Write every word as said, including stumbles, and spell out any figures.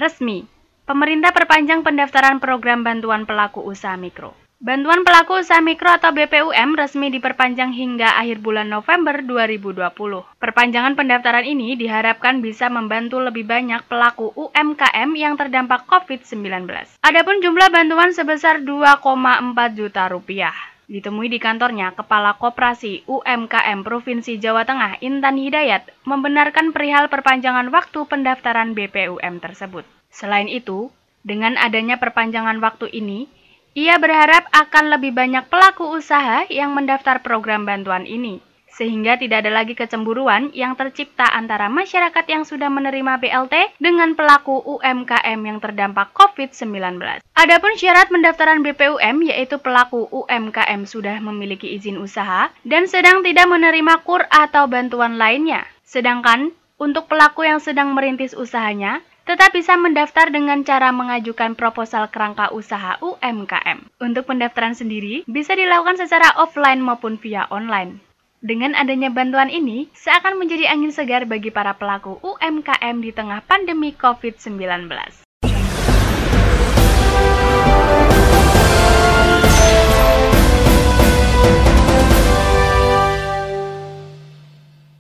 Resmi, pemerintah perpanjang pendaftaran program bantuan pelaku usaha mikro. Bantuan pelaku usaha mikro atau B P U M resmi diperpanjang hingga akhir bulan November dua ribu dua puluh. Perpanjangan pendaftaran ini diharapkan bisa membantu lebih banyak pelaku U M K M yang terdampak covid sembilan belas. Adapun jumlah bantuan sebesar dua koma empat juta rupiah. Ditemui di kantornya, Kepala Koperasi U M K M Provinsi Jawa Tengah, Intan Hidayat, membenarkan perihal perpanjangan waktu pendaftaran B P U M tersebut. Selain itu, dengan adanya perpanjangan waktu ini, ia berharap akan lebih banyak pelaku usaha yang mendaftar program bantuan ini, sehingga tidak ada lagi kecemburuan yang tercipta antara masyarakat yang sudah menerima B L T dengan pelaku U M K M yang terdampak covid sembilan belas. Adapun syarat pendaftaran B P U M yaitu pelaku U M K M sudah memiliki izin usaha dan sedang tidak menerima kur atau bantuan lainnya. Sedangkan untuk pelaku yang sedang merintis usahanya, tetap bisa mendaftar dengan cara mengajukan proposal kerangka usaha U M K M. Untuk pendaftaran sendiri bisa dilakukan secara offline maupun via online. Dengan adanya bantuan ini, seakan menjadi angin segar bagi para pelaku U M K M di tengah pandemi covid sembilan belas.